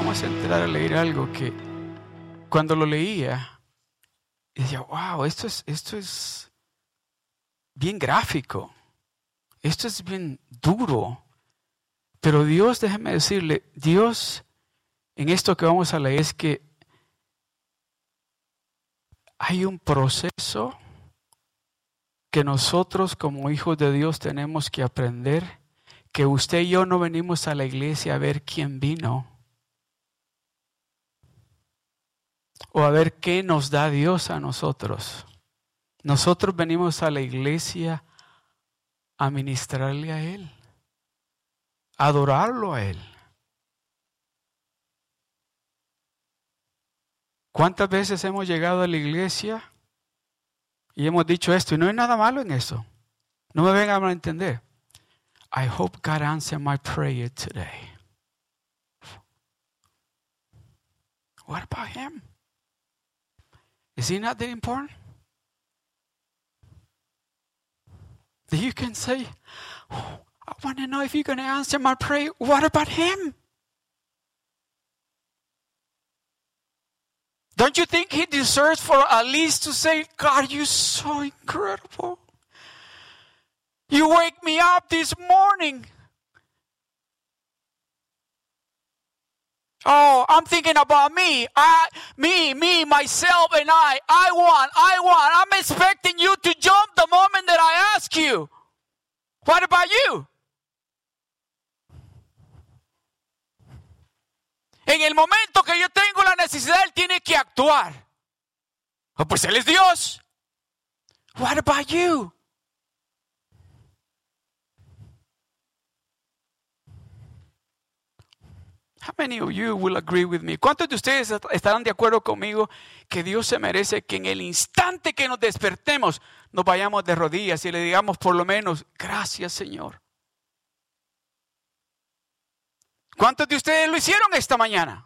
vamos a entrar a leer algo que cuando lo leía, decía, wow, esto es bien gráfico, esto es bien duro. Pero Dios, déjeme decirle, Dios en esto que vamos a leer es que hay un proceso que nosotros como hijos de Dios tenemos que aprender, que usted y yo no venimos a la iglesia a ver quién vino o a ver qué nos da Dios a nosotros. Nosotros venimos a la iglesia a ministrarle a Él, a adorarlo a Él. ¿Cuántas veces hemos llegado a la iglesia y hemos dicho esto? Y no hay nada malo en eso. No me vengan a entender. I hope God answer my prayer today. What about Him? Is He not that important? That you can say, oh, I want to know if you're going to answer my prayer. What about Him? Don't you think He deserves for at least to say, God, you're so incredible. You wake me up this morning. Oh, I'm thinking about me. Myself, and I. I want. I'm expecting you to jump the moment that I ask you. What about you? En el momento que yo tengo la necesidad, Él tiene que actuar. Oh, pues Él es Dios. What about you? How many of you will agree with me? ¿Cuántos de ustedes estarán de acuerdo conmigo que Dios se merece que en el instante que nos despertemos nos vayamos de rodillas y le digamos por lo menos, gracias Señor? ¿Cuántos de ustedes lo hicieron esta mañana?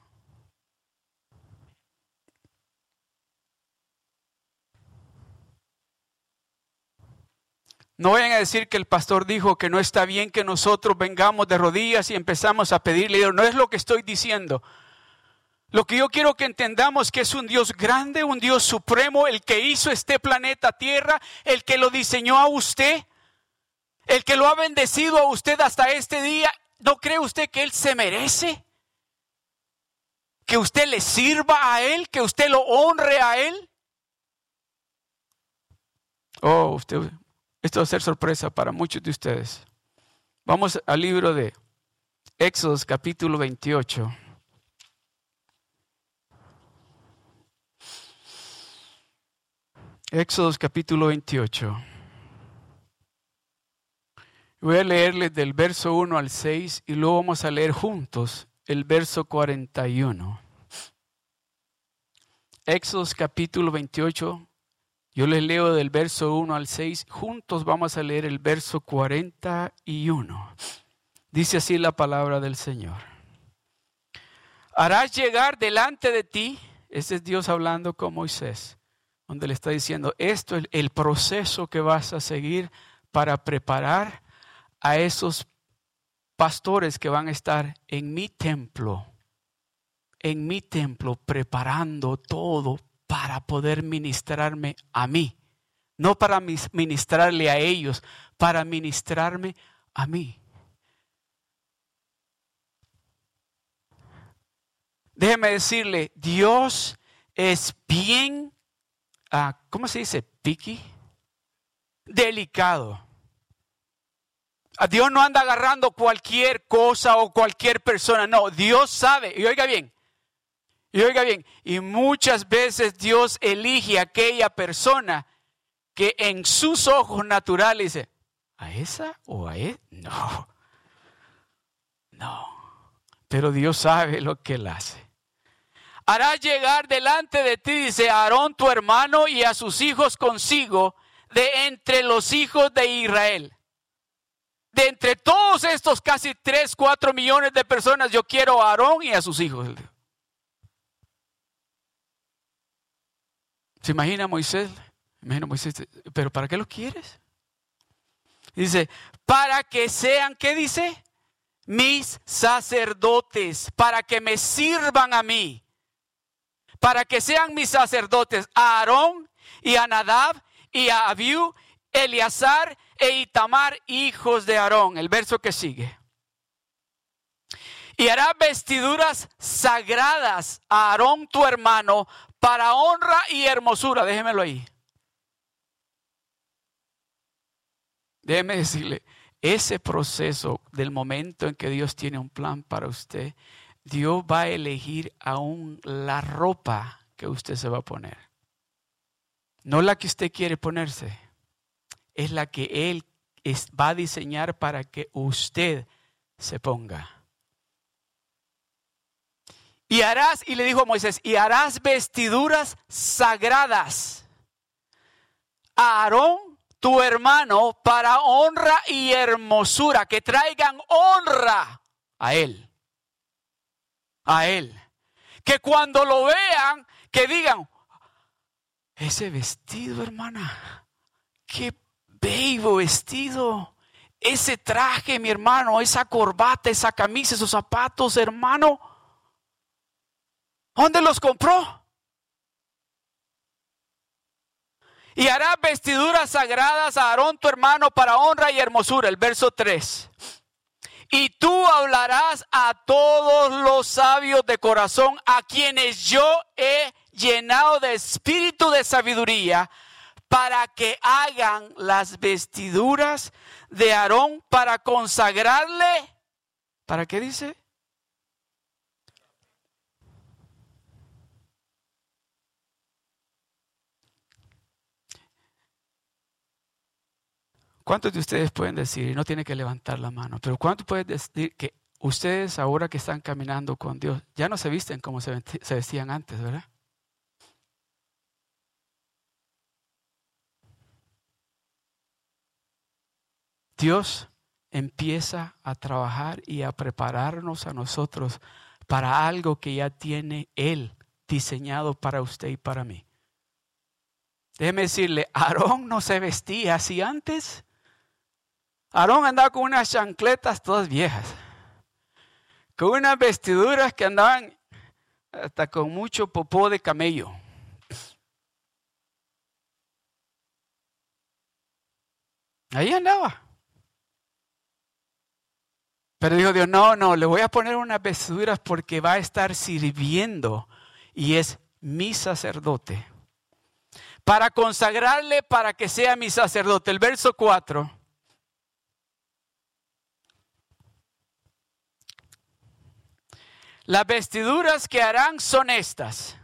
No vayan a decir que el pastor dijo que no está bien que nosotros vengamos de rodillas y empezamos a pedirle. No es lo que estoy diciendo. Lo que yo quiero que entendamos que es un Dios grande, un Dios supremo, el que hizo este planeta Tierra, el que lo diseñó a usted, el que lo ha bendecido a usted hasta este día. ¿No cree usted que Él se merece? ¿Que usted le sirva a Él? ¿Que usted lo honre a Él? Oh, esto va a ser sorpresa para muchos de ustedes. Vamos al libro de Éxodo capítulo 28. Éxodo capítulo 28. Voy a leerles del verso 1 al 6 y luego vamos a leer juntos el verso 41. Éxodo capítulo 28. Yo les leo del verso 1 al 6. Juntos vamos a leer el verso 41. Dice así la palabra del Señor. Harás llegar delante de ti, ese es Dios hablando con Moisés, donde le está diciendo, esto es el proceso que vas a seguir para preparar a esos pastores que van a estar en mi templo, preparando todo para poder ministrarme a mí. No para ministrarle a ellos, para ministrarme a mí. Déjeme decirle, Dios es bien, ¿cómo se dice? Picky, delicado. A Dios no anda agarrando cualquier cosa o cualquier persona. No, Dios sabe. Y oiga bien. Y muchas veces Dios elige a aquella persona que en sus ojos naturales dice, ¿a esa o a él? No. Pero Dios sabe lo que Él hace. Hará llegar delante de ti, dice, a Aarón tu hermano y a sus hijos consigo, de entre los hijos de Israel. De entre todos estos casi 3-4 millones de personas, yo quiero a Aarón y a sus hijos. ¿Se imagina Moisés? ¿Pero para qué lo quieres? Dice, para que sean, ¿qué dice? mis sacerdotes para que me sirvan a mí, para que sean mis sacerdotes, a Aarón y a Nadab y a Abiú, Eleazar e Itamar, hijos de Aarón. El verso que sigue. Y hará vestiduras sagradas a Aarón tu hermano para honra y hermosura. Déjemelo ahí. Déjeme decirle, ese proceso del momento en que Dios tiene un plan para usted, Dios va a elegir aún la ropa que usted se va a poner. No la que usted quiere ponerse, es la que Él va a diseñar para que usted se ponga. Y le dijo a Moisés, y harás vestiduras sagradas a Aarón tu hermano para honra y hermosura, que traigan honra a él. A él. Que cuando lo vean, que digan, ese vestido, hermana, qué bello vestido. Ese traje, mi hermano, esa corbata, esa camisa, esos zapatos, hermano. ¿Dónde los compró? Y hará vestiduras sagradas a Aarón tu hermano para honra y hermosura. El verso 3. Y tú hablarás a todos los sabios de corazón, a quienes yo he llenado de espíritu de sabiduría, para que hagan las vestiduras de Aarón para consagrarle. ¿Para qué dice? ¿Cuántos de ustedes pueden decir, y no tiene que levantar la mano, pero cuántos pueden decir que ustedes ahora que están caminando con Dios, ya no se visten como se vestían antes, ¿verdad? Dios empieza a trabajar y a prepararnos a nosotros para algo que ya tiene Él diseñado para usted y para mí. Déjeme decirle, Aarón no se vestía así antes. Aarón andaba con unas chancletas todas viejas, con unas vestiduras que andaban hasta con mucho popó de camello. Ahí andaba. Pero dijo Dios, no, le voy a poner unas vestiduras porque va a estar sirviendo y es mi sacerdote. Para consagrarle para que sea mi sacerdote. El verso 4. Las vestiduras que harán son estas.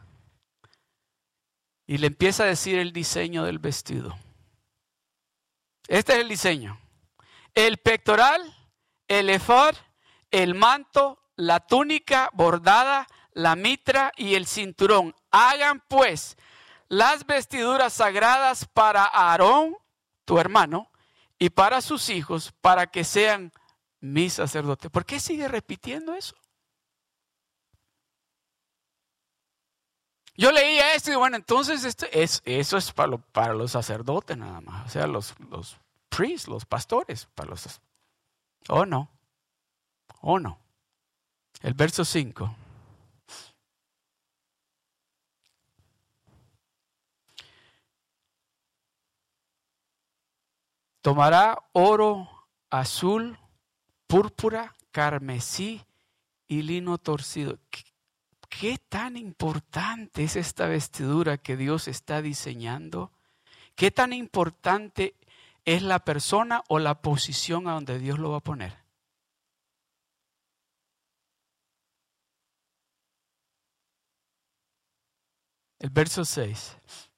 Y le empieza a decir el diseño del vestido. Este es el diseño. El pectoral, el efod, el manto, la túnica bordada, la mitra y el cinturón. Hagan pues las vestiduras sagradas para Aarón, tu hermano, y para sus hijos, para que sean mis sacerdotes. ¿Por qué sigue repitiendo eso? Yo leía esto y bueno, entonces eso es para los sacerdotes nada más. O sea, los priests, los pastores. Oh no. El verso 5. Tomará oro, azul, púrpura, carmesí y lino torcido. ¿Qué tan importante es esta vestidura que Dios está diseñando? ¿Qué tan importante es la persona o la posición a donde Dios lo va a poner? El verso 6.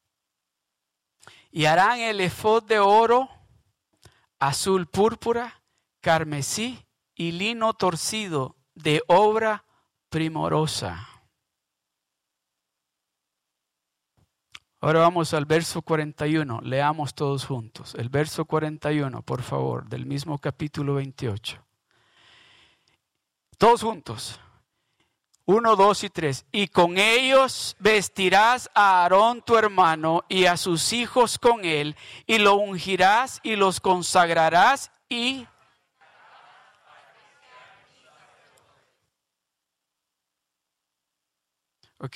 Y harán el efod de oro, azul púrpura, carmesí y lino torcido de obra primorosa. Ahora vamos al verso 41, leamos todos juntos. El verso 41, por favor, del mismo capítulo 28. Todos juntos. 1, 2 y 3. Y con ellos vestirás a Aarón tu hermano y a sus hijos con él, y lo ungirás y los consagrarás y Ok.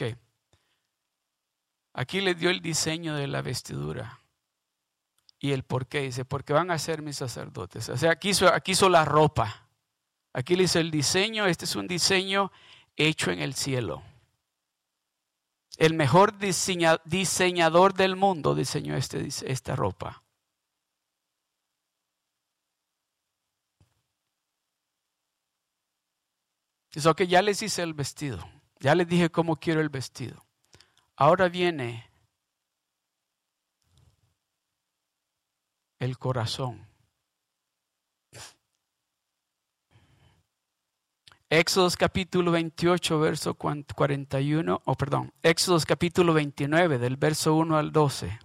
Aquí le dio el diseño de la vestidura. Y el por qué. Dice, porque van a ser mis sacerdotes. O sea, aquí hizo la ropa. Aquí le hizo el diseño. Este es un diseño hecho en el cielo. El mejor diseñador del mundo diseñó esta ropa. Dice, ok, ya les hice el vestido. Ya les dije cómo quiero el vestido. Ahora viene el corazón. Éxodos capítulo 28, verso 41, Éxodos capítulo 29, del verso 1 al 12.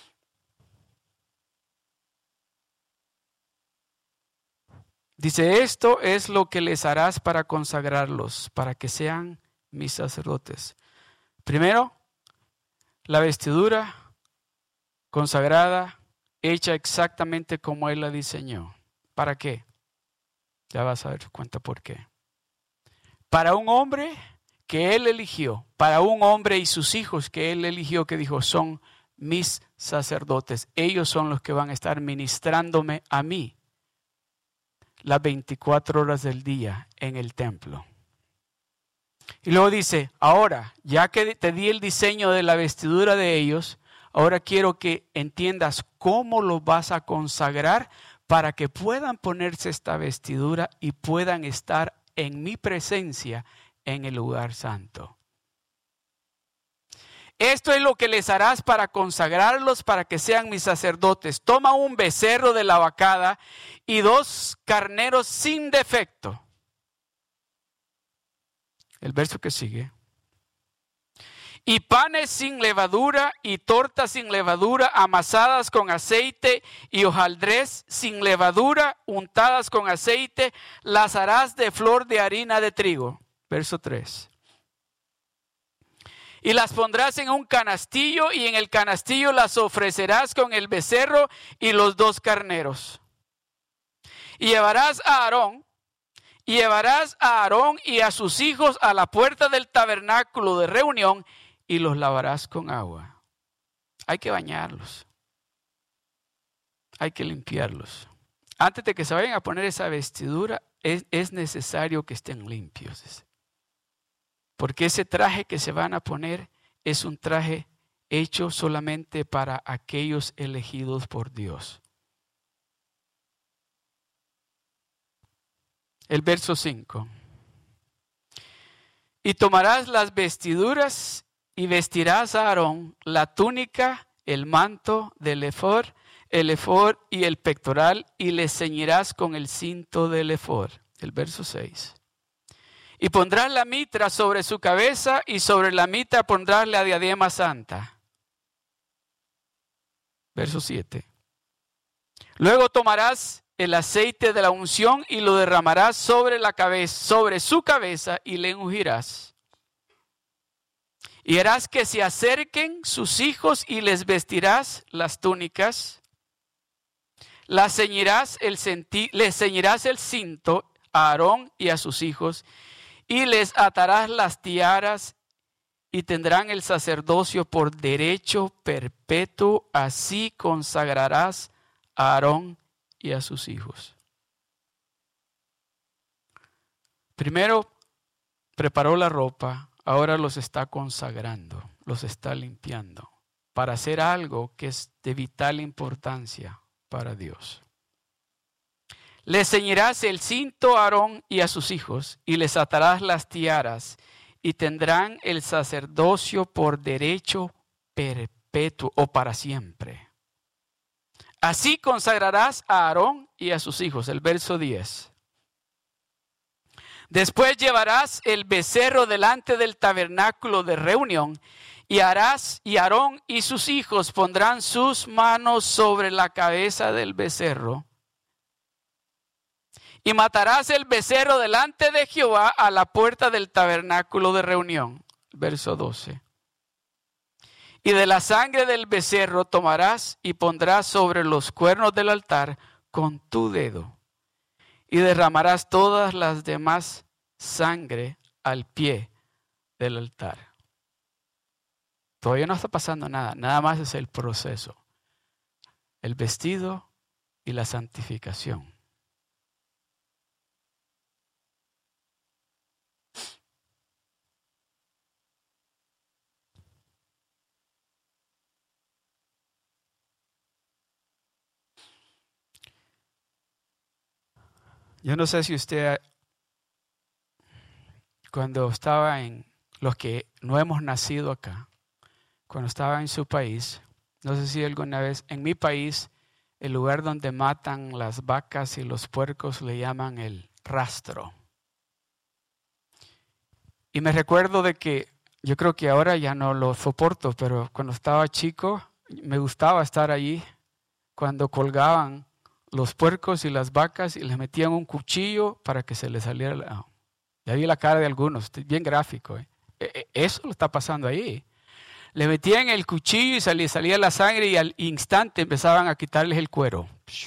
Dice, esto es lo que les harás para consagrarlos, para que sean mis sacerdotes. Primero, la vestidura consagrada, hecha exactamente como Él la diseñó. ¿Para qué? Ya vas a dar cuenta por qué. Para un hombre que Él eligió, para un hombre y sus hijos que Él eligió, que dijo, son mis sacerdotes. Ellos son los que van a estar ministrándome a mí las 24 horas del día en el templo. Y luego dice, ahora, ya que te di el diseño de la vestidura de ellos, ahora quiero que entiendas cómo los vas a consagrar para que puedan ponerse esta vestidura y puedan estar en mi presencia en el lugar santo. Esto es lo que les harás para consagrarlos, para que sean mis sacerdotes. Toma un becerro de la vacada y 2 carneros sin defecto. El verso que sigue. Y panes sin levadura y tortas sin levadura, amasadas con aceite, y hojaldres sin levadura, untadas con aceite, las harás de flor de harina de trigo. Verso 3. Y las pondrás en un canastillo, y en el canastillo las ofrecerás con el becerro y los 2 carneros. Y llevarás a Aarón y a sus hijos a la puerta del tabernáculo de reunión, y los lavarás con agua. Hay que bañarlos. Hay que limpiarlos. Antes de que se vayan a poner esa vestidura, es necesario que estén limpios. Porque ese traje que se van a poner es un traje hecho solamente para aquellos elegidos por Dios. El verso 5. Y tomarás las vestiduras y vestirás a Aarón la túnica, el manto del ephod, el ephod y el pectoral, y le ceñirás con el cinto del ephod. El verso 6. Y pondrás la mitra sobre su cabeza, y sobre la mitra pondrás la diadema santa. Verso 7. Luego tomarás el aceite de la unción y lo derramarás sobre su cabeza, y le ungirás. Y harás que se acerquen sus hijos y les vestirás las túnicas. Les ceñirás el cinto a Aarón y a sus hijos, y les atarás las tiaras, y tendrán el sacerdocio por derecho perpetuo. Así consagrarás a Aarón y a sus hijos. Primero preparó la ropa, ahora los está consagrando, los está limpiando para hacer algo que es de vital importancia para Dios. Les ceñirás el cinto a Aarón y a sus hijos, y les atarás las tiaras, y tendrán el sacerdocio por derecho perpetuo o para siempre. Así consagrarás a Aarón y a sus hijos. El verso 10. Después llevarás el becerro delante del tabernáculo de reunión, y Aarón y sus hijos pondrán sus manos sobre la cabeza del becerro. Y matarás el becerro delante de Jehová a la puerta del tabernáculo de reunión. Verso 12. Y de la sangre del becerro tomarás y pondrás sobre los cuernos del altar con tu dedo. Y derramarás todas las demás sangre al pie del altar. Todavía no está pasando nada. Nada más es el proceso. El vestido y la santificación. Yo no sé si usted, cuando estaba en los que no hemos nacido acá, cuando estaba en su país, no sé si alguna vez, en mi país, el lugar donde matan las vacas y los puercos le llaman el rastro. Y me recuerdo de que, yo creo que ahora ya no lo soporto, pero cuando estaba chico, me gustaba estar allí cuando colgaban los puercos y las vacas y les metían un cuchillo para que se les saliera ya vi la cara de algunos, bien gráfico. Eso lo está pasando ahí. Le metían el cuchillo y salía la sangre y al instante empezaban a quitarles el cuero.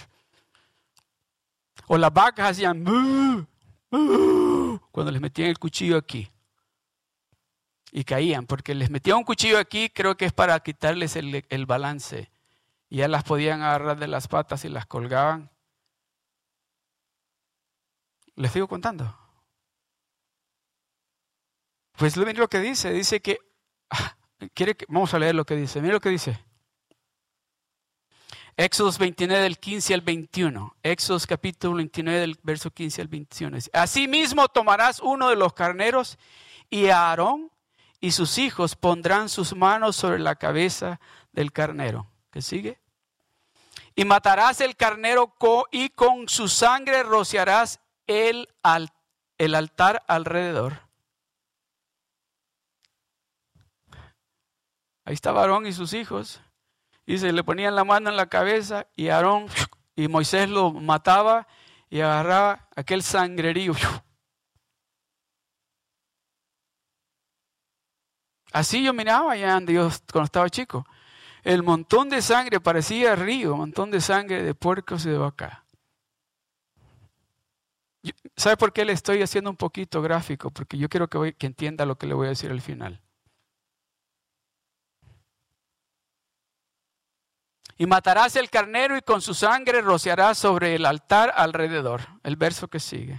O las vacas hacían cuando les metían el cuchillo aquí. Y caían, porque les metían un cuchillo aquí, creo que es para quitarles el balance. Y ya las podían agarrar de las patas y las colgaban. ¿Les sigo contando? Pues miren lo que dice que, vamos a leer lo que dice, miren lo que dice. Éxodos 29 del 15 al 21, Éxodos capítulo 29 del verso 15 al 21. Asimismo tomarás uno de los carneros y Aarón y sus hijos pondrán sus manos sobre la cabeza del carnero. ¿Qué sigue? Y matarás el carnero y con su sangre rociarás el altar alrededor. Ahí estaba Aarón y sus hijos. Y se le ponían la mano en la cabeza y Aarón y Moisés lo mataba y agarraba aquel sangrerío. Así yo miraba allá donde yo cuando estaba chico. El montón de sangre parecía río, un montón de sangre de puercos y de vaca. ¿Sabe por qué le estoy haciendo un poquito gráfico? Porque yo quiero que entienda lo que le voy a decir al final. Y matarás el carnero y con su sangre rociarás sobre el altar alrededor. El verso que sigue.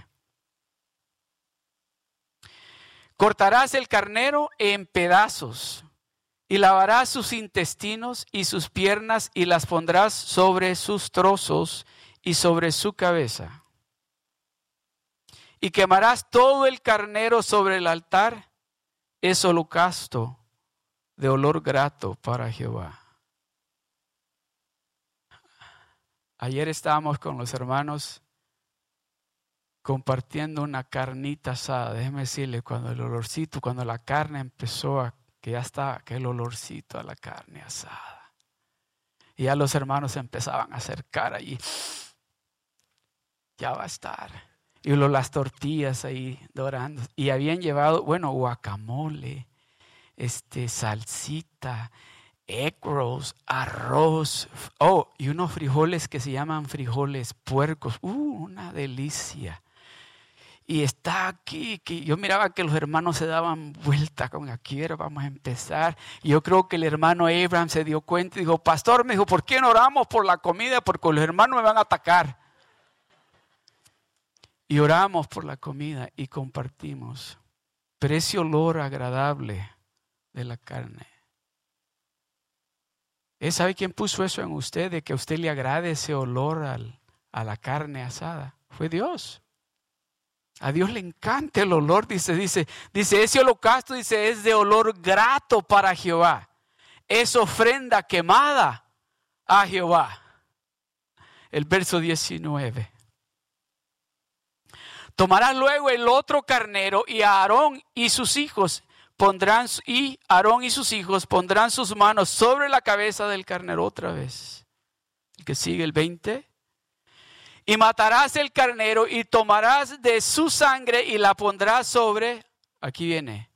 Cortarás el carnero en pedazos y lavarás sus intestinos y sus piernas y las pondrás sobre sus trozos y sobre su cabeza. Y quemarás todo el carnero sobre el altar. Es holocausto de olor grato para Jehová. Ayer estábamos con los hermanos compartiendo una carnita asada. Déjeme decirle, cuando la carne empezó que ya estaba aquel olorcito a la carne asada. Y ya los hermanos se empezaban a acercar allí. Ya va a estar. Y las tortillas ahí dorando. Y habían llevado, guacamole, salsita, egg rolls, arroz, y unos frijoles que se llaman frijoles puercos. Una delicia. Y está aquí, que yo miraba que los hermanos se daban vuelta con aquí, vamos a empezar. Y yo creo que el hermano Abraham se dio cuenta y dijo, pastor, me dijo, ¿por qué no oramos por la comida? Porque los hermanos me van a atacar. Y oramos por la comida y compartimos. Pero ese olor agradable de la carne. ¿Sabe quién puso eso en usted? De que a usted le agrade ese olor a la carne asada. Fue Dios. A Dios le encanta el olor, dice, ese holocausto, dice, es de olor grato para Jehová. Es ofrenda quemada a Jehová. El verso 19. Tomarás luego el otro carnero y Aarón y sus hijos pondrán sus manos sobre la cabeza del carnero otra vez. El que sigue, el 20. Y matarás el carnero y tomarás de su sangre y la pondrás sobre, aquí viene.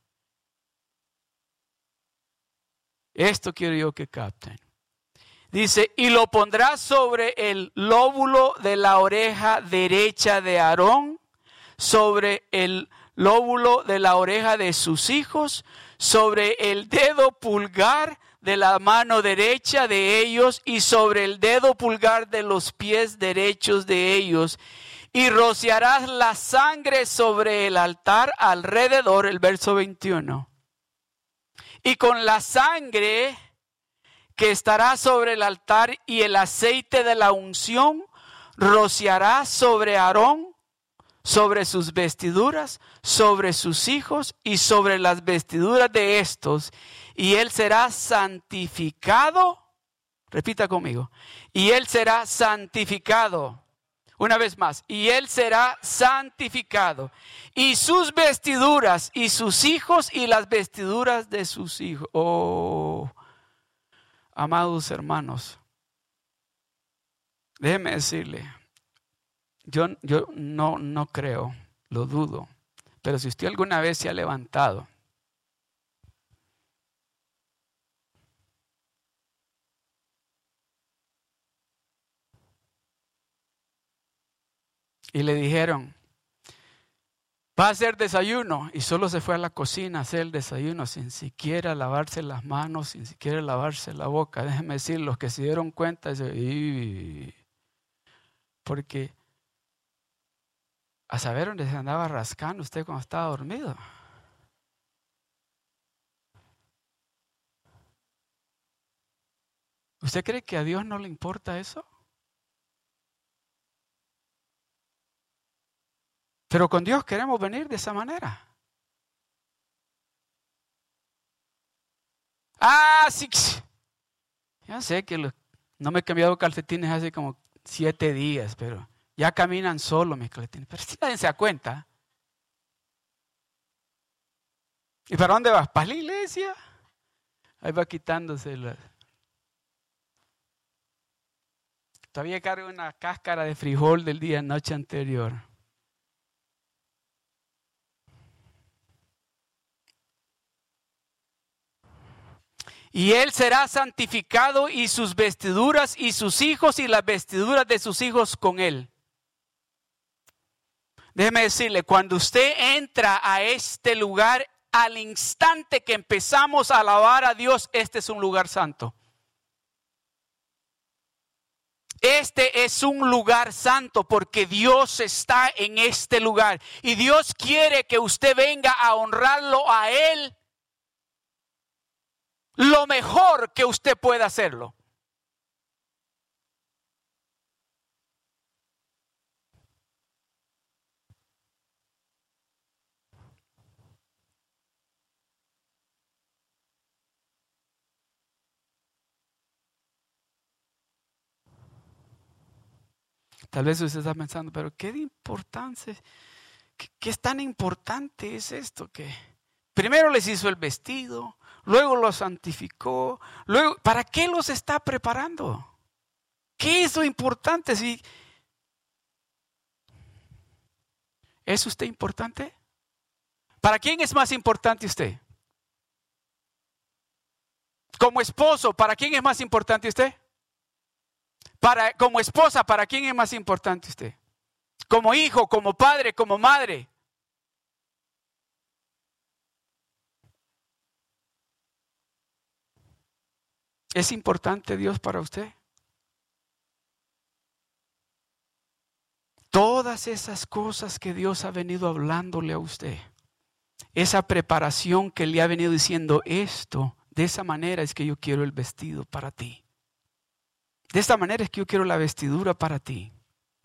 Esto quiero yo que capten. Dice, y lo pondrás sobre el lóbulo de la oreja derecha de Aarón, sobre el lóbulo de la oreja de sus hijos, sobre el dedo pulgar de la mano derecha de ellos y sobre el dedo pulgar de los pies derechos de ellos. Y rociarás la sangre sobre el altar alrededor, el verso 21. Y con la sangre que estará sobre el altar y el aceite de la unción, rociarás sobre Aarón, sobre sus vestiduras, sobre sus hijos y sobre las vestiduras de estos. Y él será santificado. Repita conmigo. Y él será santificado. Una vez más. Y él será santificado. Y sus vestiduras y sus hijos y las vestiduras de sus hijos. Oh, amados hermanos. Déjeme decirle. Yo no creo, lo dudo. Pero si usted alguna vez se ha levantado y le dijeron, va a hacer desayuno, y solo se fue a la cocina a hacer el desayuno sin siquiera lavarse las manos, sin siquiera lavarse la boca. Déjenme decir, los que se dieron cuenta, porque a saber dónde se andaba rascando usted cuando estaba dormido. ¿Usted cree que a Dios no le importa eso? Pero con Dios queremos venir de esa manera. Sí. Ya sé que no me he cambiado calcetines hace como 7 días, pero ya caminan solos mis calcetines. Pero si nadie se da cuenta. ¿Y para dónde vas? ¿Para la iglesia? Ahí va quitándose las. Todavía cargo una cáscara de frijol del día noche anterior. Y él será santificado y sus vestiduras y sus hijos y las vestiduras de sus hijos con él. Déjeme decirle, cuando usted entra a este lugar, al instante que empezamos a alabar a Dios, este es un lugar santo. Este es un lugar santo porque Dios está en este lugar. Y Dios quiere que usted venga a honrarlo a Él lo mejor que usted pueda hacerlo. Tal vez usted está pensando, pero ¿qué de importancia? ¿Qué es tan importante es esto? Que primero les hizo el vestido, luego los santificó, luego, ¿para qué los está preparando? ¿Qué es lo importante? ¿Es usted importante? ¿Para quién es más importante usted? Como esposo, ¿para quién es más importante usted? Como esposa, ¿para quién es más importante usted? Como hijo, como padre, como madre. ¿Es importante Dios para usted? Todas esas cosas que Dios ha venido hablándole a usted, esa preparación que le ha venido diciendo, esto, de esa manera es que yo quiero el vestido para ti. De esta manera es que yo quiero la vestidura para ti.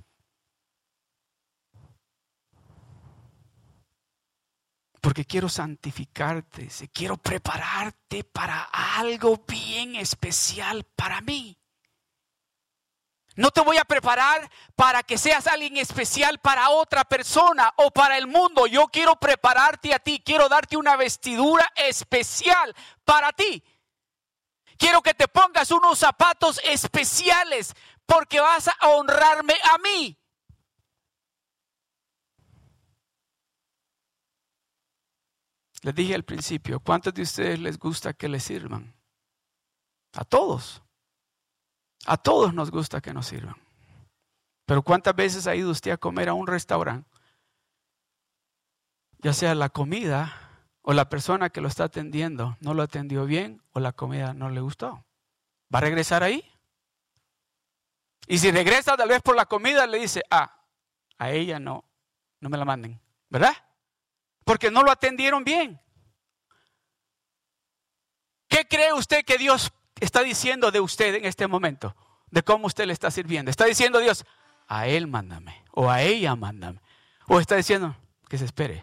Porque quiero santificarte, quiero prepararte para algo bien especial para mí. No te voy a preparar para que seas alguien especial para otra persona o para el mundo. Yo quiero prepararte a ti, quiero darte una vestidura especial para ti. Quiero que te pongas unos zapatos especiales porque vas a honrarme a mí. Les dije al principio, ¿cuántos de ustedes les gusta que les sirvan? A todos. A todos nos gusta que nos sirvan. Pero ¿cuántas veces ha ido usted a comer a un restaurante? Ya sea la comida o la persona que lo está atendiendo no lo atendió bien o la comida no le gustó. ¿Va a regresar ahí? Y si regresa tal vez por la comida le dice, a ella no me la manden, ¿verdad? Porque no lo atendieron bien. ¿Qué cree usted que Dios está diciendo de usted en este momento? De cómo usted le está sirviendo. Está diciendo Dios, a él mándame, o a ella mándame. O está diciendo, que se espere.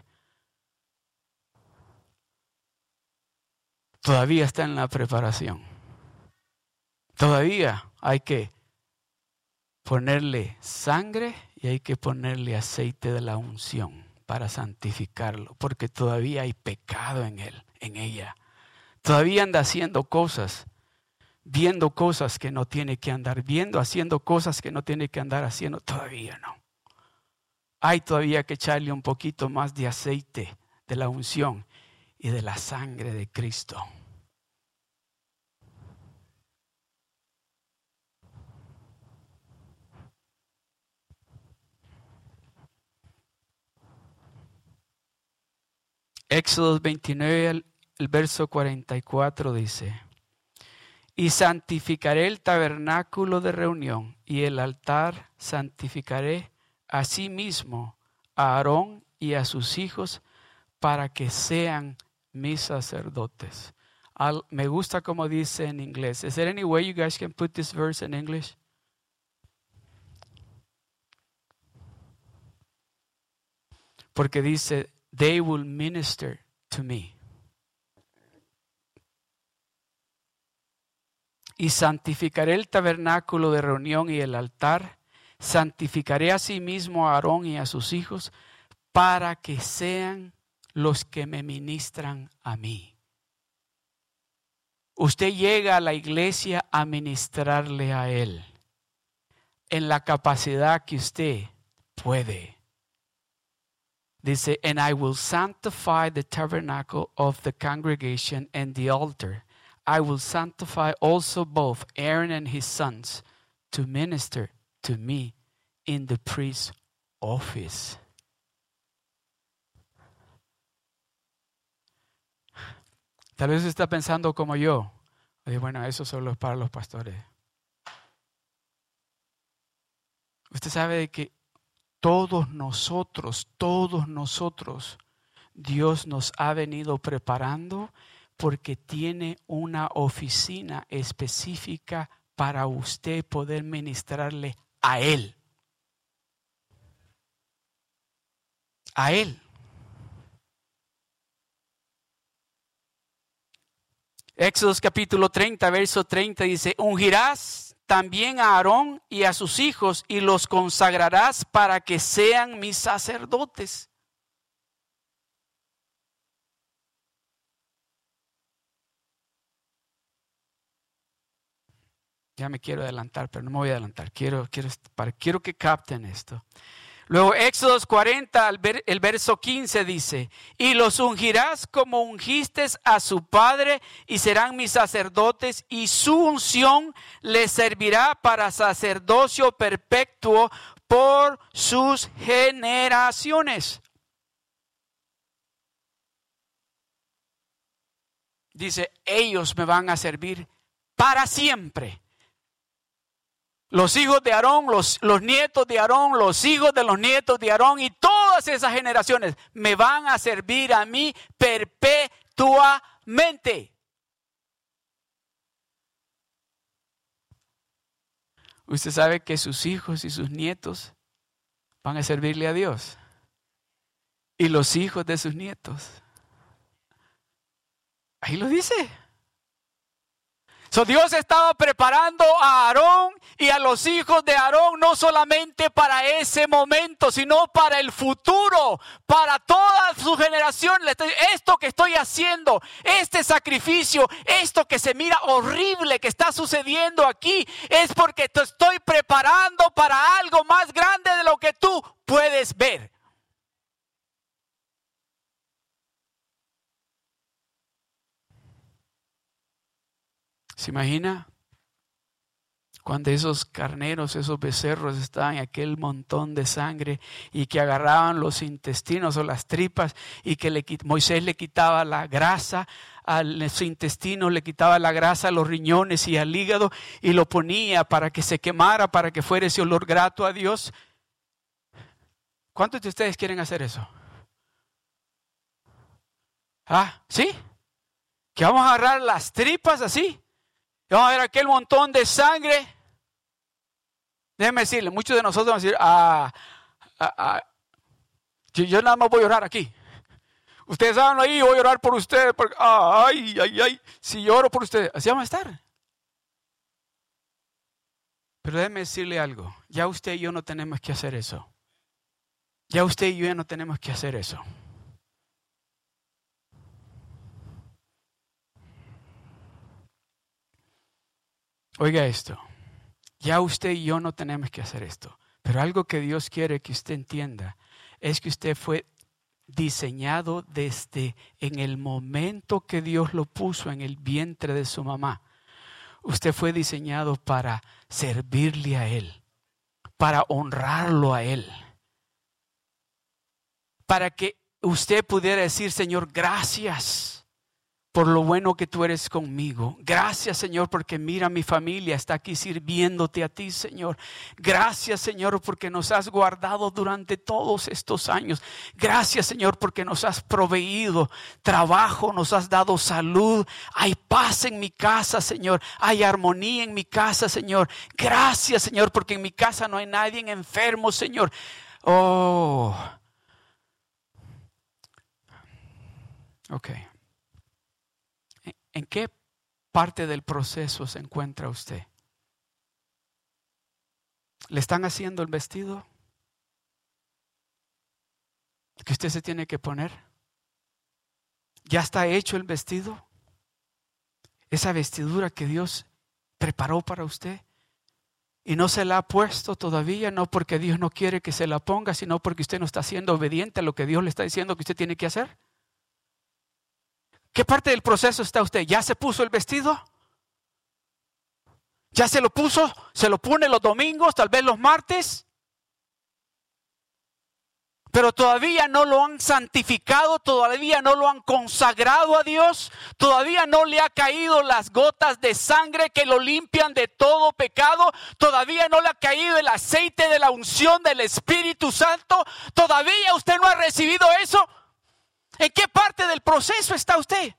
Todavía está en la preparación. Todavía hay que ponerle sangre y hay que ponerle aceite de la unción para santificarlo, porque todavía hay pecado en él, en ella. Todavía anda haciendo cosas, viendo cosas que no tiene que andar viendo, haciendo cosas que no tiene que andar haciendo. Todavía no. Hay todavía que echarle un poquito más de aceite de la unción y de la sangre de Cristo. Éxodo 29, el verso 44 dice: y santificaré el tabernáculo de reunión y el altar santificaré asimismo a Aarón y a sus hijos para que sean mis sacerdotes. Me gusta como dice en inglés. Is there any way you guys can put this verse in English? Porque dice, they will minister to me. Y santificaré el tabernáculo de reunión y el altar. Santificaré asimismo a Aarón y a sus hijos para que sean los que me ministran a mí. Usted llega a la iglesia a ministrarle a él en la capacidad que usted puede. Dice, and I will sanctify the tabernacle of the congregation and the altar. I will sanctify also both Aaron and his sons to minister to me in the priest's office. Tal vez está pensando como yo. Bueno, eso solo es para los pastores. Usted sabe de que todos nosotros, Dios nos ha venido preparando porque tiene una oficina específica para usted poder ministrarle a Él. A Él. Éxodo capítulo 30, verso 30 dice, ungirás también a Aarón y a sus hijos y los consagrarás para que sean mis sacerdotes. Ya me quiero adelantar, pero no me voy a adelantar. Quiero que capten esto. Luego Éxodo 40, el verso 15 dice, y los ungirás como ungiste a su padre y serán mis sacerdotes y su unción les servirá para sacerdocio perpetuo por sus generaciones. Dice, ellos me van a servir para siempre. Los hijos de Aarón, los nietos de Aarón, los hijos de los nietos de Aarón y todas esas generaciones me van a servir a mí perpetuamente. Usted sabe que sus hijos y sus nietos van a servirle a Dios. Y los hijos de sus nietos. Ahí lo dice. Dios estaba preparando a Aarón y a los hijos de Aarón no solamente para ese momento, sino para el futuro, para toda su generación. Esto que estoy haciendo, este sacrificio, esto que se mira horrible que está sucediendo aquí, es porque te estoy preparando para algo más grande de lo que tú puedes ver. ¿Se imagina Cuando esos carneros, esos becerros estaban en aquel montón de sangre y que agarraban los intestinos o las tripas y que Moisés le quitaba la grasa a los intestinos, le quitaba la grasa a los riñones y al hígado y lo ponía para que se quemara, para que fuera ese olor grato a Dios. ¿Cuántos de ustedes quieren hacer eso? ¿Sí? Que vamos a agarrar las tripas así. Y vamos a ver aquel montón de sangre. Déjenme decirle, muchos de nosotros van a decir, yo nada más voy a orar aquí. Ustedes saben ahí, voy a orar por ustedes. Porque, si yo oro por ustedes, así vamos a estar. Pero déjenme decirle algo, ya usted y yo no tenemos que hacer eso. Ya usted y yo ya no tenemos que hacer eso. Oiga esto, ya usted y yo no tenemos que hacer esto, pero algo que Dios quiere que usted entienda es que usted fue diseñado desde en el momento que Dios lo puso en el vientre de su mamá. Usted fue diseñado para servirle a Él, para honrarlo a Él, para que usted pudiera decir, Señor, gracias por lo bueno que tú eres conmigo. Gracias, Señor, porque mira, mi familia está aquí sirviéndote a ti, Señor. Gracias, Señor, porque nos has guardado durante todos estos años. Gracias, Señor, porque nos has proveído trabajo, nos has dado salud. Hay paz en mi casa, Señor. Hay armonía en mi casa, Señor. Gracias, Señor, porque en mi casa no hay nadie enfermo, Señor. Ok. ¿En qué parte del proceso se encuentra usted? ¿Le están haciendo el vestido que usted se tiene que poner? ¿Ya está hecho el vestido? Esa vestidura que Dios preparó para usted y no se la ha puesto todavía, no porque Dios no quiere que se la ponga, sino porque usted no está siendo obediente a lo que Dios le está diciendo que usted tiene que hacer. ¿Qué parte del proceso está usted? ¿Ya se puso el vestido? ¿Ya se lo puso? ¿Se lo pone los domingos, tal vez los martes? Pero todavía no lo han santificado, todavía no lo han consagrado a Dios, todavía no le ha caído las gotas de sangre que lo limpian de todo pecado, todavía no le ha caído el aceite de la unción del Espíritu Santo, todavía usted no ha recibido eso. ¿En qué parte del proceso está usted?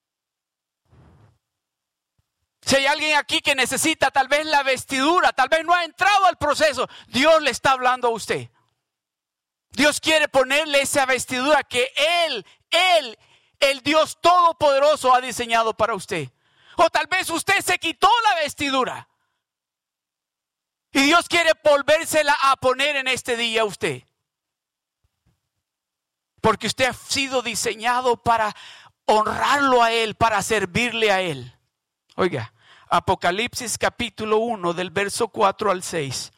Si hay alguien aquí que necesita tal vez la vestidura, tal vez no ha entrado al proceso, Dios le está hablando a usted. Dios quiere ponerle esa vestidura que Él, el Dios Todopoderoso ha diseñado para usted. O tal vez usted se quitó la vestidura y Dios quiere volvérsela a poner en este día a usted. Porque usted ha sido diseñado para honrarlo a Él, para servirle a Él. Oiga, Apocalipsis capítulo 1 del verso 4 al 6.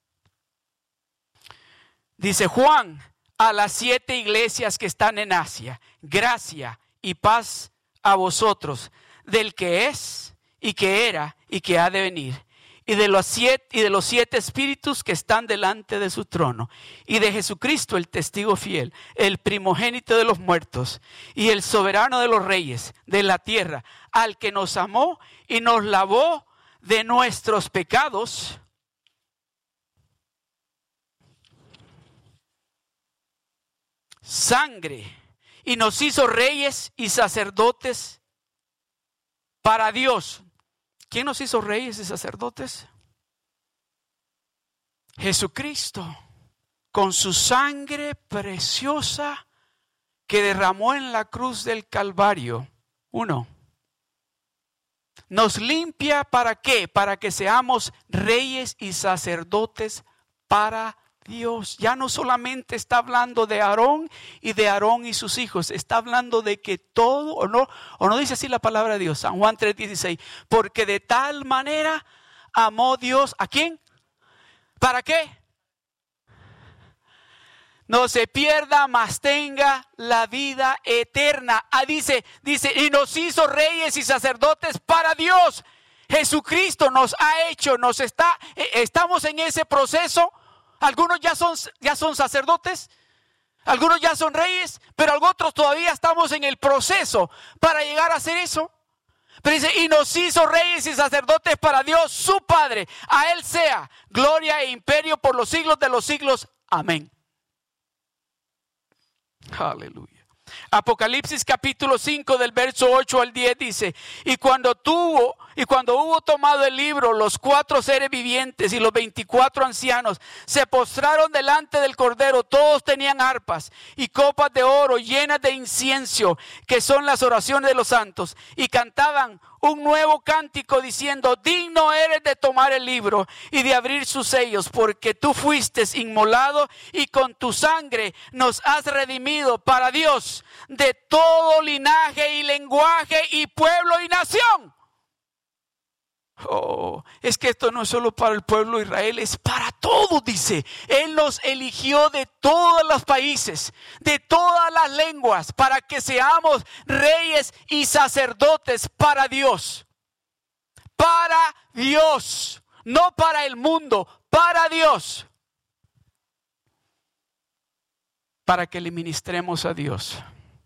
Dice: Juan, a las 7 iglesias que están en Asia, gracia y paz a vosotros, del que es y que era y que ha de venir. Y de los 7 espíritus que están delante de su trono, y de Jesucristo el testigo fiel, el primogénito de los muertos, y el soberano de los reyes de la tierra, al que nos amó y nos lavó de nuestros pecados, sangre, y nos hizo reyes y sacerdotes para Dios. ¿Quién nos hizo reyes y sacerdotes? Jesucristo, con su sangre preciosa que derramó en la cruz del Calvario. 1. Nos limpia, ¿para qué? Para que seamos reyes y sacerdotes para Dios. Ya no solamente está hablando de Aarón y sus hijos, está hablando de que todo, o no dice así la palabra de Dios, San Juan 3:16, porque de tal manera amó Dios, ¿a quién? ¿Para qué? No se pierda, mas tenga la vida eterna. Dice, y nos hizo reyes y sacerdotes para Dios. Jesucristo nos ha hecho, estamos en ese proceso. Algunos ya son sacerdotes, algunos ya son reyes, pero otros todavía estamos en el proceso para llegar a hacer eso. Pero dice, y nos hizo reyes y sacerdotes para Dios su Padre. A Él sea gloria e imperio por los siglos de los siglos. Amén. Aleluya. Apocalipsis capítulo 5 del verso 8 al 10 dice, y cuando hubo tomado el libro, los 4 seres vivientes y los 24 ancianos se postraron delante del Cordero. Todos tenían arpas y copas de oro llenas de incienso, que son las oraciones de los santos, y cantaban un nuevo cántico diciendo, digno eres de tomar el libro y de abrir sus sellos, porque tú fuiste inmolado y con tu sangre nos has redimido para Dios de todo linaje y lenguaje y pueblo y nación. Oh, es que esto no es solo para el pueblo de Israel, es para todos, dice. Él nos eligió de todos los países, de todas las lenguas, para que seamos reyes y sacerdotes para Dios. Para Dios, no para el mundo, para Dios. Para que le ministremos a Dios.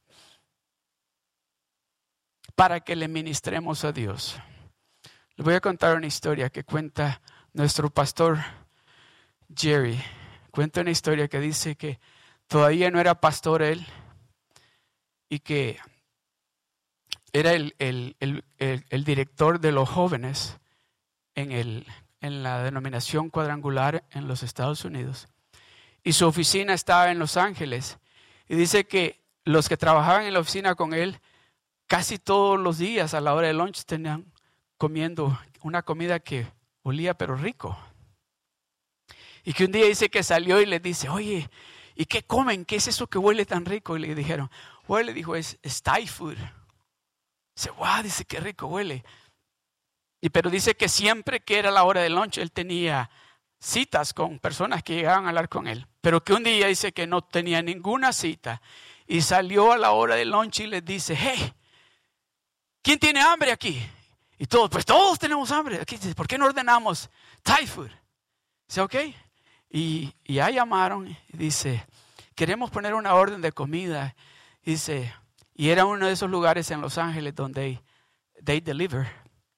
Para que le ministremos a Dios. Les voy a contar una historia que cuenta nuestro pastor Jerry. Cuenta una historia que dice que todavía no era pastor él y que era el director de los jóvenes en la denominación Cuadrangular en los Estados Unidos. Y su oficina estaba en Los Ángeles. Y dice que los que trabajaban en la oficina con él, casi todos los días a la hora de lunch tenían comiendo una comida que olía pero rico. Y que un día dice que salió y le dice, oye, ¿y qué comen? ¿Qué es eso que huele tan rico? Y le dijeron, huele, dijo, es Thai food. Dice, wow, dice, qué rico huele. Pero dice que siempre que era la hora de lunch, él tenía citas con personas que llegaban a hablar con él. Pero que un día dice que no tenía ninguna cita. Y salió a la hora de lunch y les dice, hey, ¿quién tiene hambre aquí? Y todos, pues todos tenemos hambre. Aquí dice, ¿por qué no ordenamos Thai food? Dice, ok. Y ya llamaron y dice, queremos poner una orden de comida. Dice, y era uno de esos lugares en Los Ángeles donde they deliver.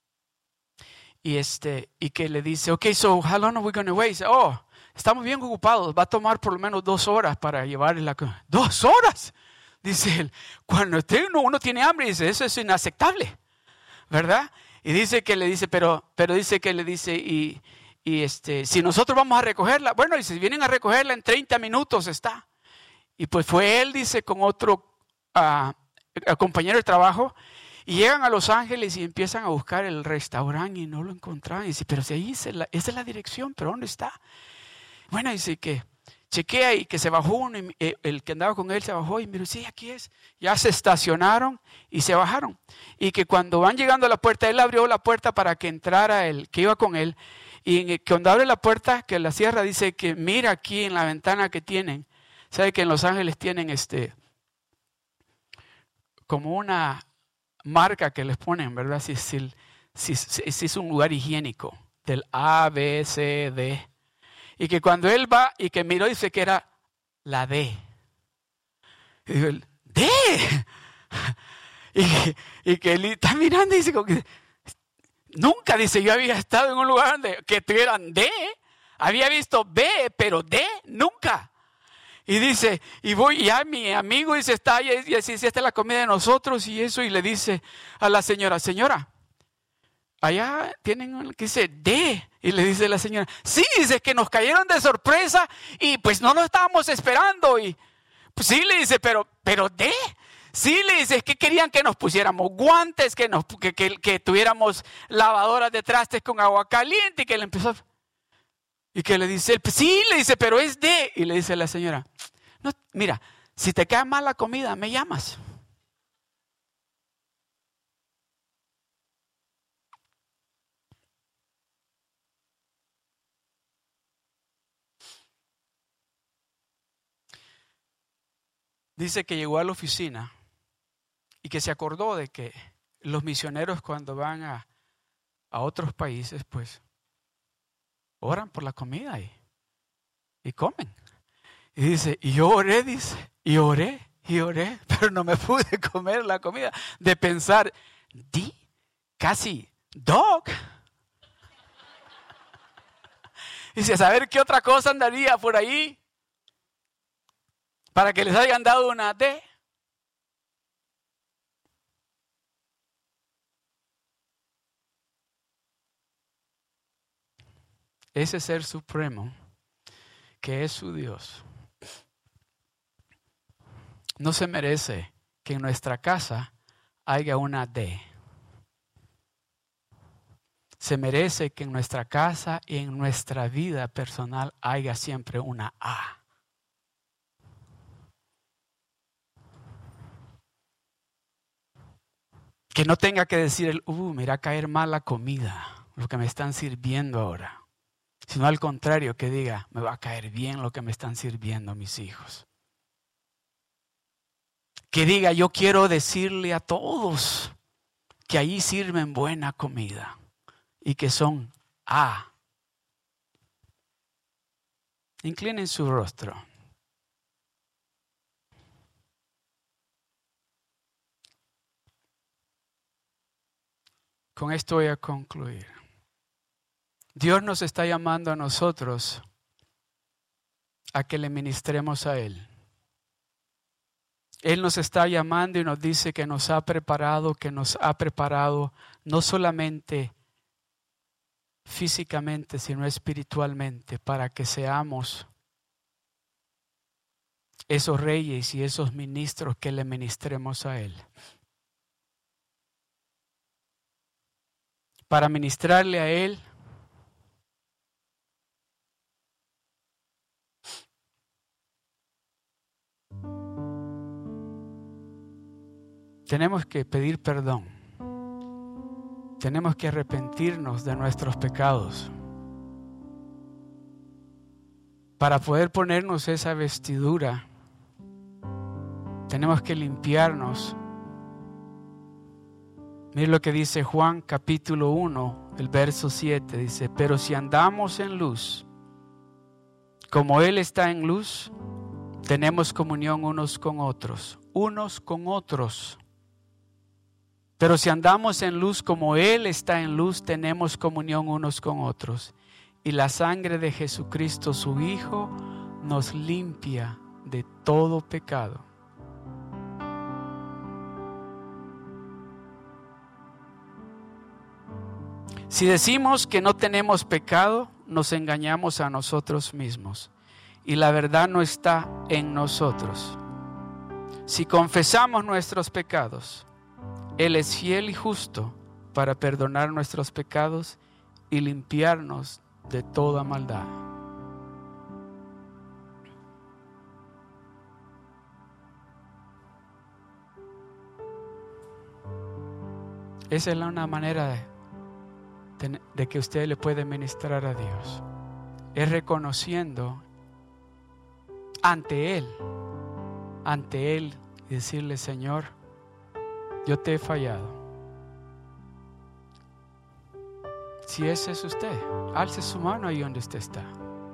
Y que le dice, ok, so how long are we going to wait? Dice, oh, estamos bien ocupados. Va a tomar por lo menos 2 horas para llevarle la comida. ¿2 horas? Dice él, cuando uno tiene hambre, dice, eso es inaceptable, ¿verdad? Y dice que le dice, pero dice que le dice, si nosotros vamos a recogerla, bueno, y si vienen a recogerla en 30 minutos está. Y pues fue él, dice, con otro compañero de trabajo, y llegan a Los Ángeles y empiezan a buscar el restaurante y no lo encontraban. Y dice, pero si ahí esa es la dirección, pero ¿dónde está? Bueno, dice que chequea y que se bajó uno, y el que andaba con él se bajó y miró, sí, aquí es. Ya se estacionaron y se bajaron. Y que cuando van llegando a la puerta, él abrió la puerta para que entrara el que iba con él. Y cuando abre la puerta, que la cierra, dice que mira aquí en la ventana que tienen. Sabe que en Los Ángeles tienen como una marca que les ponen, ¿verdad? Si es un lugar higiénico, del A, B, C, D. Y que cuando él va y que miró, dice que era la D. Y dijo, ¿D? Y que él está mirando y dice, como que, nunca, dice, yo había estado en un lugar donde que tuvieran D. Había visto B, pero D, nunca. Y dice, y voy, ya mi amigo dice, está ahí, y así, esta es la comida de nosotros y eso. Y le dice a la señora, allá tienen un que dice D. Y le dice la señora, sí, dice que nos cayeron de sorpresa y pues no lo estábamos esperando. Y pues sí, le dice, pero D. Sí, le dice, es que querían que nos pusiéramos guantes, que tuviéramos lavadoras de trastes con agua caliente. Y que le empezó, y que le dice, sí, le dice, pero es D. Y le dice la señora, no, mira, si te queda mal la comida, me llamas. Dice que llegó a la oficina y que se acordó de que los misioneros cuando van a otros países, pues oran por la comida y comen. Y dice, y yo oré, dice, y oré, pero no me pude comer la comida. De pensar, casi dog. Dice, a saber qué otra cosa andaría por ahí para que les hayan dado una D. Ese ser supremo, que es su Dios, no se merece que en nuestra casa haya una D. Se merece que en nuestra casa y en nuestra vida personal haya siempre una A. Que no tenga que decir me irá a caer mal la comida, lo que me están sirviendo ahora. Sino al contrario, que diga, me va a caer bien lo que me están sirviendo mis hijos. Que diga, yo quiero decirle a todos que allí sirven buena comida y que son A. Inclinen su rostro. Con esto voy a concluir. Dios nos está llamando a nosotros a que le ministremos a Él. Él nos está llamando y nos dice que nos ha preparado no solamente físicamente, sino espiritualmente, para que seamos esos reyes y esos ministros que le ministremos a Él. Para ministrarle a Él, tenemos que pedir perdón. Tenemos que arrepentirnos de nuestros pecados. Para poder ponernos esa vestidura, tenemos que limpiarnos. Mira lo que dice Juan capítulo 1, el verso 7. Dice, pero si andamos en luz, como Él está en luz, tenemos comunión unos con otros. Pero si andamos en luz como Él está en luz, tenemos comunión unos con otros. Y la sangre de Jesucristo, su Hijo, nos limpia de todo pecado. Si decimos que no tenemos pecado, nos engañamos a nosotros mismos. Y la verdad no está en nosotros. Si confesamos nuestros pecados, Él es fiel y justo para perdonar nuestros pecados y limpiarnos de toda maldad. Esa es una manera de que usted le puede ministrar a Dios. Es reconociendo ante Él y decirle, Señor, yo te he fallado. Si ese es usted, alce su mano ahí donde usted está.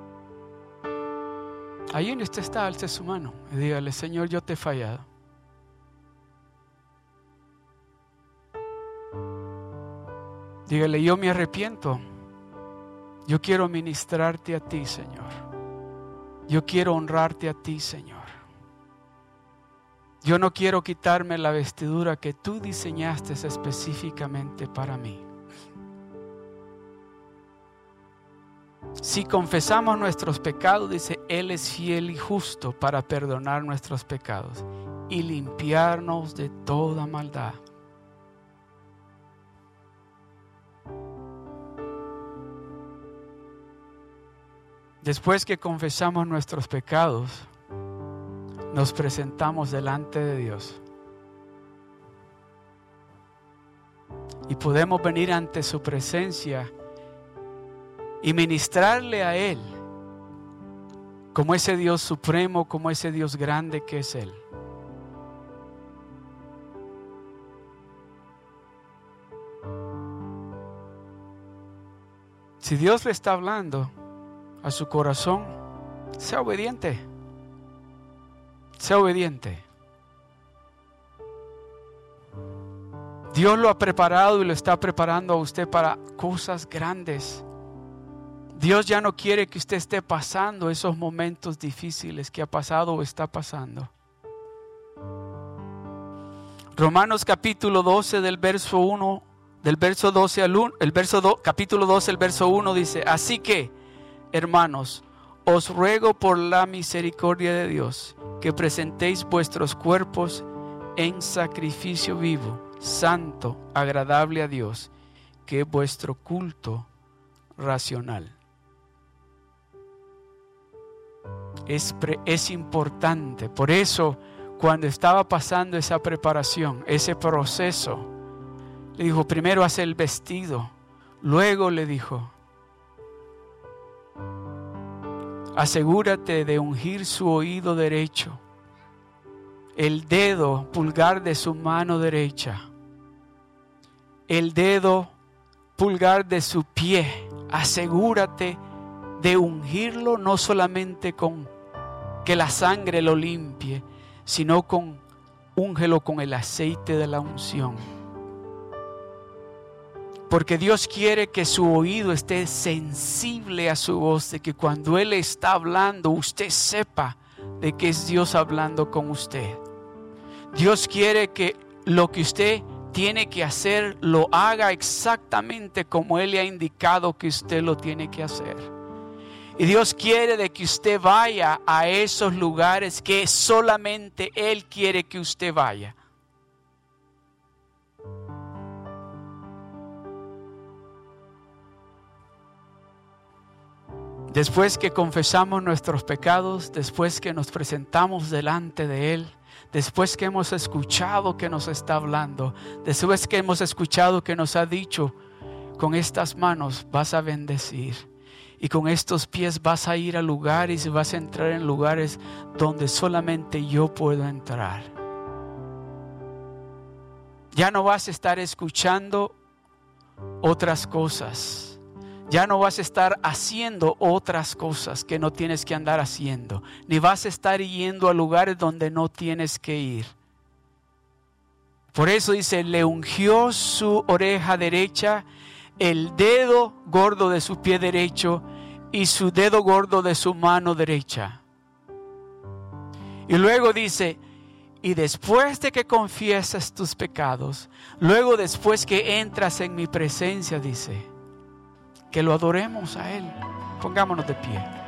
Ahí donde usted está, alce su mano y dígale, Señor, yo te he fallado. Dígale, yo me arrepiento. Yo quiero ministrarte a ti, Señor. Yo quiero honrarte a ti, Señor. Yo no quiero quitarme la vestidura que tú diseñaste específicamente para mí. Si confesamos nuestros pecados, dice, Él es fiel y justo para perdonar nuestros pecados y limpiarnos de toda maldad. Después que confesamos nuestros pecados, nos presentamos delante de Dios. Y podemos venir ante su presencia y ministrarle a Él como ese Dios supremo, como ese Dios grande que es Él. Si Dios le está hablando a su corazón, sea obediente. Sea obediente. Dios lo ha preparado y lo está preparando a usted para cosas grandes. Dios ya no quiere que usted esté pasando esos momentos difíciles que ha pasado o está pasando. Romanos capítulo 12 del verso 1, del verso 12 al 1, capítulo 12, el verso 1 dice: así que, hermanos, os ruego por la misericordia de Dios que presentéis vuestros cuerpos en sacrificio vivo, santo, agradable a Dios, que es vuestro culto racional. Es importante. Por eso, cuando estaba pasando esa preparación, ese proceso, le dijo: primero haz el vestido. Luego le dijo: asegúrate de ungir su oído derecho, el dedo pulgar de su mano derecha, el dedo pulgar de su pie. Asegúrate de ungirlo, no solamente con que la sangre lo limpie, sino úngelo con el aceite de la unción. Porque Dios quiere que su oído esté sensible a su voz, de que cuando Él está hablando, usted sepa de que es Dios hablando con usted. Dios quiere que lo que usted tiene que hacer, lo haga exactamente como Él le ha indicado que usted lo tiene que hacer. Y Dios quiere de que usted vaya a esos lugares que solamente Él quiere que usted vaya. Después que confesamos nuestros pecados, después que nos presentamos delante de Él, después que hemos escuchado que nos está hablando, después que hemos escuchado que nos ha dicho: con estas manos vas a bendecir, y con estos pies vas a ir a lugares y vas a entrar en lugares donde solamente yo puedo entrar. Ya no vas a estar escuchando otras cosas. Ya no vas a estar haciendo otras cosas que no tienes que andar haciendo. Ni vas a estar yendo a lugares donde no tienes que ir. Por eso dice: le ungió su oreja derecha, el dedo gordo de su pie derecho y su dedo gordo de su mano derecha. Y luego dice: y después de que confiesas tus pecados, luego después que entras en mi presencia, dice, que lo adoremos a Él. Pongámonos de pie.